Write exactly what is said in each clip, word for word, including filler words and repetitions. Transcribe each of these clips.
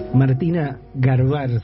Martina Garbars.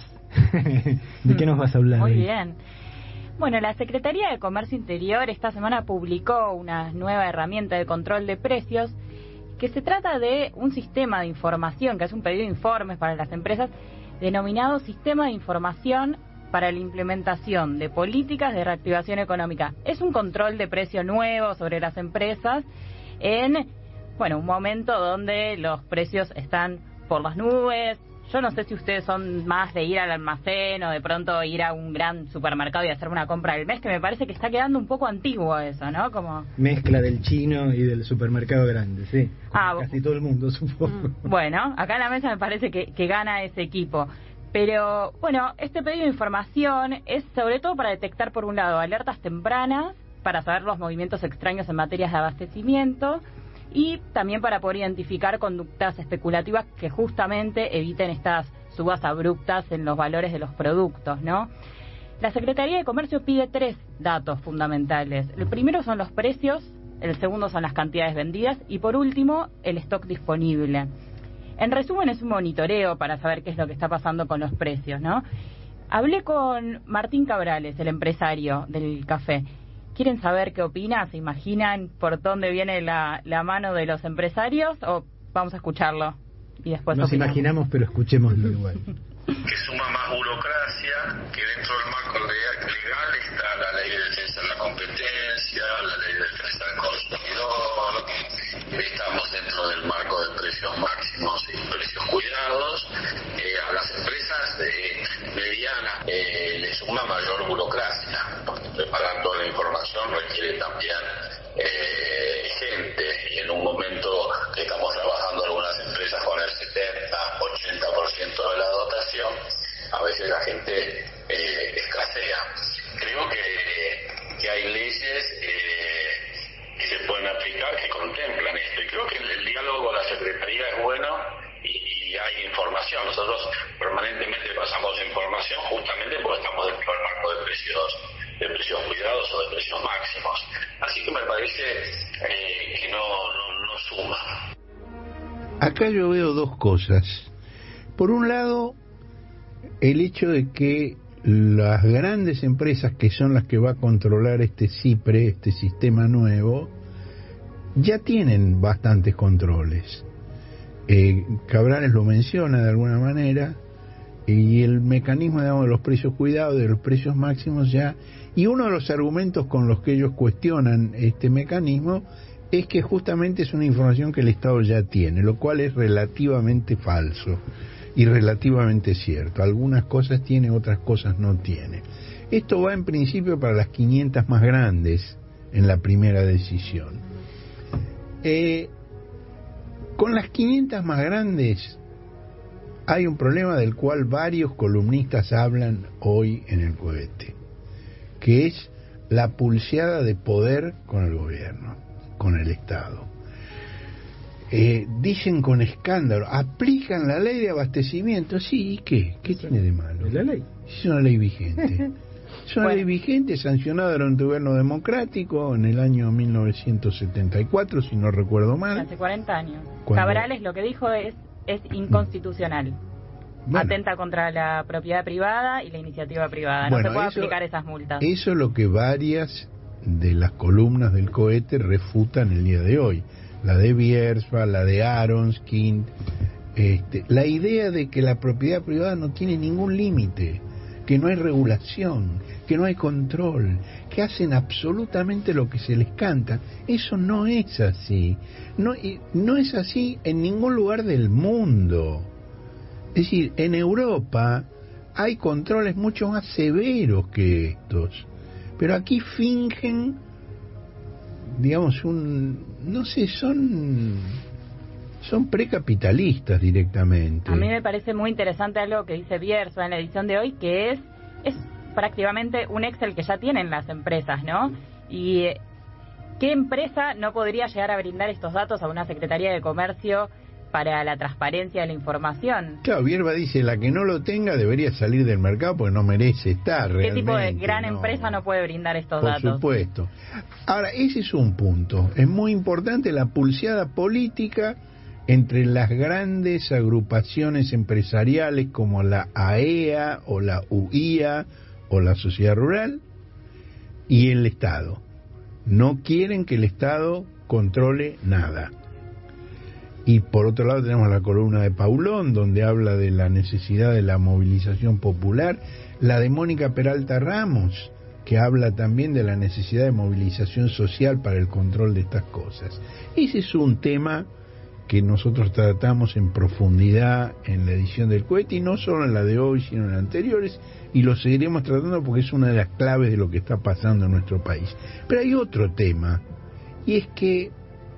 ¿De qué nos vas a hablar? Muy hoy? bien. Bueno, la Secretaría de Comercio Interior esta semana publicó una nueva herramienta de control de precios que se trata de un sistema de información, que es un pedido de informes para las empresas, denominado Sistema de Información para la Implementación de Políticas de Reactivación Económica. Es un control de precio nuevo sobre las empresas en, bueno, un momento donde los precios están por las nubes. Yo no sé si ustedes son más de ir al almacén o de pronto ir a un gran supermercado y hacer una compra del mes, que me parece que está quedando un poco antiguo eso, ¿no? Como mezcla del chino y del supermercado grande, sí. Ah, casi todo el mundo, supongo. Bueno, acá en la mesa me parece que, que gana ese equipo. Pero, bueno, este pedido de información es sobre todo para detectar, por un lado, alertas tempranas, para saber los movimientos extraños en materias de abastecimiento, y también para poder identificar conductas especulativas que justamente eviten estas subas abruptas en los valores de los productos, ¿no? La Secretaría de Comercio pide tres datos fundamentales. El primero son los precios, el segundo son las cantidades vendidas y por último el stock disponible. En resumen, es un monitoreo para saber qué es lo que está pasando con los precios, ¿no? Hablé con Martín Cabrales, el empresario del café. ¿Quieren saber qué opina? ¿Se imaginan por dónde viene la, la mano de los empresarios? ¿O vamos a escucharlo y después Nos opinamos? imaginamos, pero escuchémoslo igual. Que suma más burocracia, que dentro del marco legal está la ley de defensa de la competencia, la ley de defensa del consumidor, estamos dentro del marco de precios máximos y precios cuidados. Eh, a las empresas eh, medianas eh, les suma mayor burocracia, porque preparar toda la información requiere también eh, gente, y en un momento que estamos trabajando algunas empresas con el setenta, ochenta por ciento de la dotación, a veces la gente eh, escasea. Creo que, que hay leyes eh, que se pueden aplicar que contemplan esto, y creo que el, el diálogo con la Secretaría es bueno y, y hay información. Nosotros permanentemente pasamos información justamente porque estamos dentro del marco de precios de precios cuidados o de precios máximos. Así que me parece eh, que no, no, no suma. Acá yo veo dos cosas. Por un lado, el hecho de que las grandes empresas, que son las que va a controlar este CIPRE, este sistema nuevo, ya tienen bastantes controles. Eh, Cabrales lo menciona de alguna manera, y el mecanismo, digamos, de los precios cuidados, de los precios máximos ya, y uno de los argumentos con los que ellos cuestionan este mecanismo es que justamente es una información que el Estado ya tiene, lo cual es relativamente falso y relativamente cierto. Algunas cosas tiene, otras cosas no tiene. Esto va en principio para las quinientas más grandes en la primera decisión. Eh, con las quinientas más grandes hay un problema del cual varios columnistas hablan hoy en el cohete, que es la pulseada de poder con el gobierno, con el Estado. Eh, dicen con escándalo, aplican la ley de abastecimiento. Sí, ¿y qué? ¿Qué tiene de malo? La ley. Es una ley vigente. Es una Bueno. ley vigente, sancionada durante el gobierno democrático en el año mil novecientos setenta y cuatro, si no recuerdo mal. Hace cuarenta años. Cuando- Cabrales lo que dijo es es inconstitucional. Bueno, Atenta contra la propiedad privada y la iniciativa privada. No Bueno, se puede eso- aplicar esas multas. Eso es lo que varias de las columnas del cohete refutan el día de hoy. La de Biersma, la de Aronskind. Este, la idea de que la propiedad privada no tiene ningún límite, que no hay regulación, que no hay control, que hacen absolutamente lo que se les canta. Eso no es así. No, y no es así en ningún lugar del mundo. Es decir, en Europa hay controles mucho más severos que estos, pero aquí fingen, digamos, un, no sé, son, son precapitalistas directamente. A mí me parece muy interesante algo que dice Bierzo en la edición de hoy, que es es prácticamente un Excel que ya tienen las empresas, ¿no? Y eh, ¿qué empresa no podría llegar a brindar estos datos a una Secretaría de Comercio para la transparencia de la información? Claro, Bierba dice, la que no lo tenga debería salir del mercado porque no merece estar ¿Qué realmente. tipo de gran no. empresa no puede brindar estos Por datos? supuesto. Ahora, ese es un punto. Es muy importante la pulseada política entre las grandes agrupaciones empresariales como la A E A o la U I A o la Sociedad Rural y el Estado. No quieren que el Estado controle nada. Y por otro lado tenemos la columna de Paulón, donde habla de la necesidad de la movilización popular, la de Mónica Peralta Ramos, que habla también de la necesidad de movilización social para el control de estas cosas. Ese es un tema que nosotros tratamos en profundidad en la edición del Cohete, y no solo en la de hoy, sino en las anteriores, y lo seguiremos tratando porque es una de las claves de lo que está pasando en nuestro país. Pero hay otro tema, y es que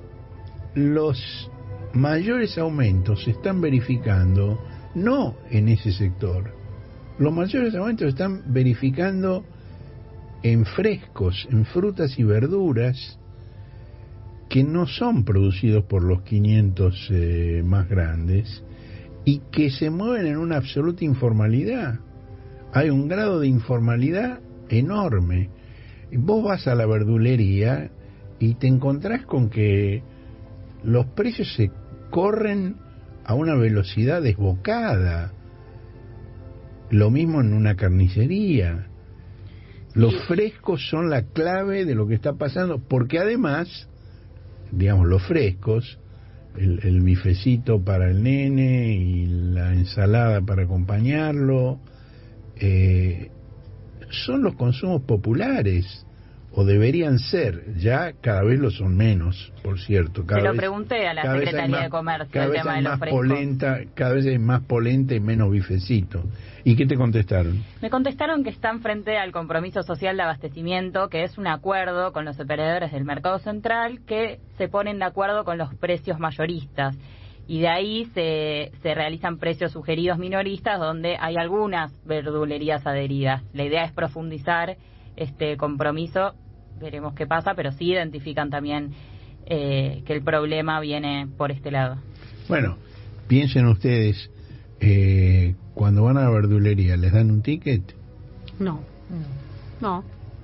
los mayores aumentos se están verificando no en ese sector. Los mayores aumentos se están verificando en frescos, en frutas y verduras que no son producidos por los quinientos eh, más grandes y que se mueven en una absoluta informalidad. Hay un grado de informalidad enorme. Vos vas a la verdulería y te encontrás con que los precios se corren a una velocidad desbocada. Lo mismo en una carnicería. Los frescos son la clave de lo que está pasando, porque además, digamos, los frescos, el, el bifecito para el nene y la ensalada para acompañarlo, eh, son los consumos populares, o deberían ser. Ya cada vez lo son menos, por cierto. Cada Se lo vez, pregunté a la cada vez Secretaría más, de Comercio cada el vez tema hay de los más frescos. polenta, cada vez es más polenta y menos bifecito. ¿Y qué te contestaron? Me contestaron que están frente al compromiso social de abastecimiento, que es un acuerdo con los operadores del mercado central que se ponen de acuerdo con los precios mayoristas. Y de ahí se, se realizan precios sugeridos minoristas, donde hay algunas verdulerías adheridas. La idea es profundizar este compromiso, veremos qué pasa, pero sí identifican también eh, que el problema viene por este lado. Bueno, piensen ustedes, eh, cuando van a la verdulería, ¿les dan un ticket? No, no.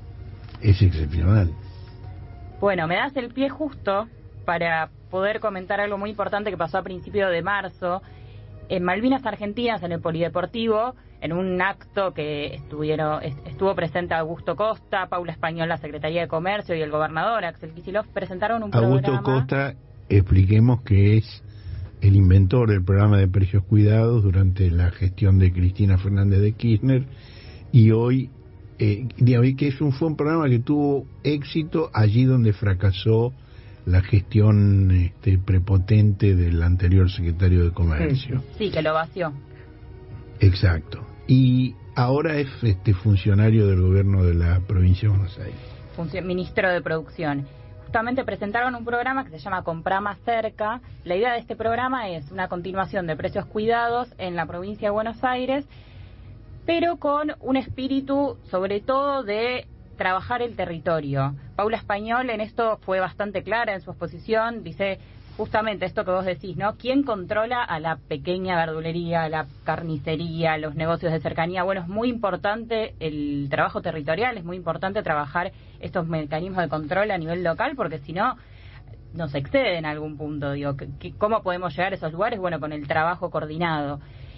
Es excepcional. Bueno, me das el pie justo para poder comentar algo muy importante que pasó a principios de marzo en Malvinas Argentinas, en el Polideportivo, en un acto que estuvieron estuvo presente Augusto Costa, Paula Español, la Secretaría de Comercio, y el gobernador Axel Kicillof presentaron un Augusto programa. Costa, expliquemos que es el inventor del programa de precios cuidados durante la gestión de Cristina Fernández de Kirchner, y hoy eh, digamos que es un, fue un programa que tuvo éxito allí donde fracasó la gestión este, prepotente del anterior secretario de Comercio. Sí, que lo vació. Exacto. Y ahora es este funcionario del gobierno de la provincia de Buenos Aires. Funcio- ministro de Producción. Justamente presentaron un programa que se llama Comprá Más Cerca. La idea de este programa es una continuación de precios cuidados en la provincia de Buenos Aires, pero con un espíritu sobre todo de trabajar el territorio. Paula Español en esto fue bastante clara en su exposición, dice justamente esto que vos decís, ¿no? ¿Quién controla a la pequeña verdulería, a la carnicería, los negocios de cercanía? Bueno, es muy importante el trabajo territorial, es muy importante trabajar estos mecanismos de control a nivel local, porque si no nos excede en algún punto. Digo, ¿cómo podemos llegar a esos lugares? Bueno, con el trabajo coordinado.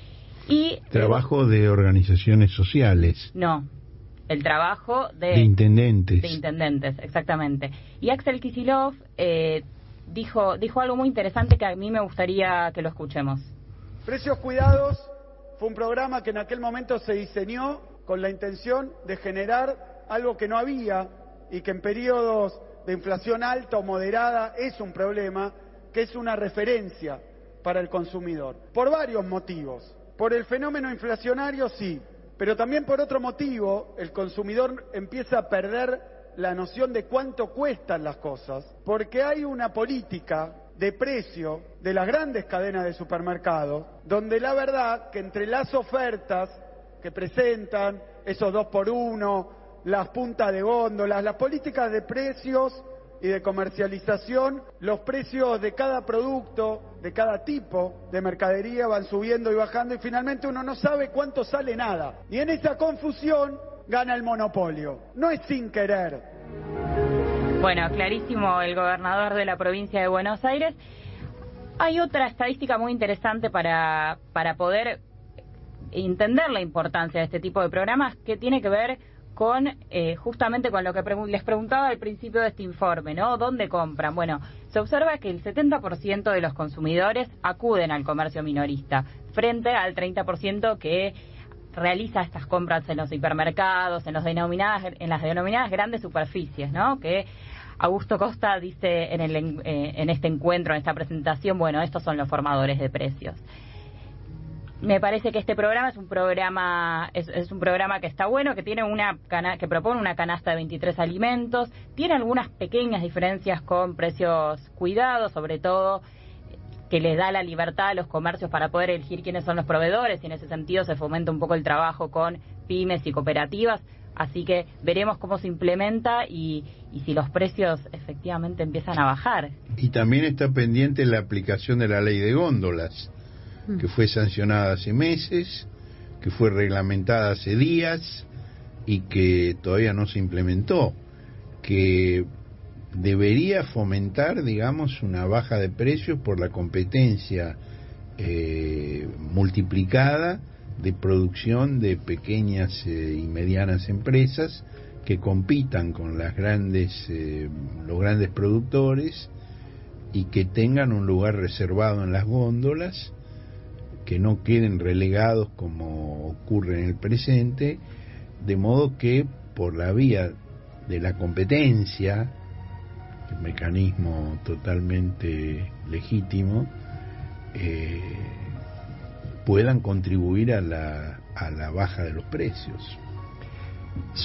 Y Trabajo de organizaciones sociales. No, el trabajo de, de intendentes. De intendentes, exactamente. Y Axel Kicillof eh, dijo, dijo algo muy interesante que a mí me gustaría que lo escuchemos. Precios Cuidados fue un programa que en aquel momento se diseñó con la intención de generar algo que no había y que en periodos de inflación alta o moderada es un problema, que es una referencia para el consumidor. Por varios motivos. Por el fenómeno inflacionario, sí. Pero también por otro motivo, el consumidor empieza a perder la noción de cuánto cuestan las cosas, porque hay una política de precio de las grandes cadenas de supermercados, donde la verdad que entre las ofertas que presentan, esos dos por uno, las puntas de góndolas, las políticas de precios y de comercialización, los precios de cada producto, de cada tipo de mercadería van subiendo y bajando, y finalmente uno no sabe cuánto sale nada. Y en esa confusión gana el monopolio. No es sin querer. Bueno, clarísimo el gobernador de la provincia de Buenos Aires. Hay otra estadística muy interesante para, para poder entender la importancia de este tipo de programas, que tiene que ver con eh, justamente con lo que pre- les preguntaba al principio de este informe, ¿no? ¿Dónde compran? Bueno, se observa que el setenta por ciento de los consumidores acuden al comercio minorista, frente al treinta por ciento que realiza estas compras en los hipermercados, en, los denominadas, en las denominadas grandes superficies, ¿no? Que Augusto Costa dice en, el, eh, en este encuentro, en esta presentación, bueno, estos son los formadores de precios. Me parece que este programa es un programa es, es un programa que está bueno, que tiene una cana, que propone una canasta de veintitrés alimentos, tiene algunas pequeñas diferencias con precios cuidados, sobre todo que les da la libertad a los comercios para poder elegir quiénes son los proveedores, y en ese sentido se fomenta un poco el trabajo con pymes y cooperativas, así que veremos cómo se implementa y, y si los precios efectivamente empiezan a bajar. Y también está pendiente la aplicación de la ley de góndolas, que fue sancionada hace meses, que fue reglamentada hace días y que todavía no se implementó, que debería fomentar, digamos, una baja de precios por la competencia eh, multiplicada de producción de pequeñas eh, y medianas empresas que compitan con las grandes, eh, los grandes productores, y que tengan un lugar reservado en las góndolas, que no queden relegados como ocurre en el presente, de modo que por la vía de la competencia, el mecanismo totalmente legítimo, eh, puedan contribuir a la, a la baja de los precios.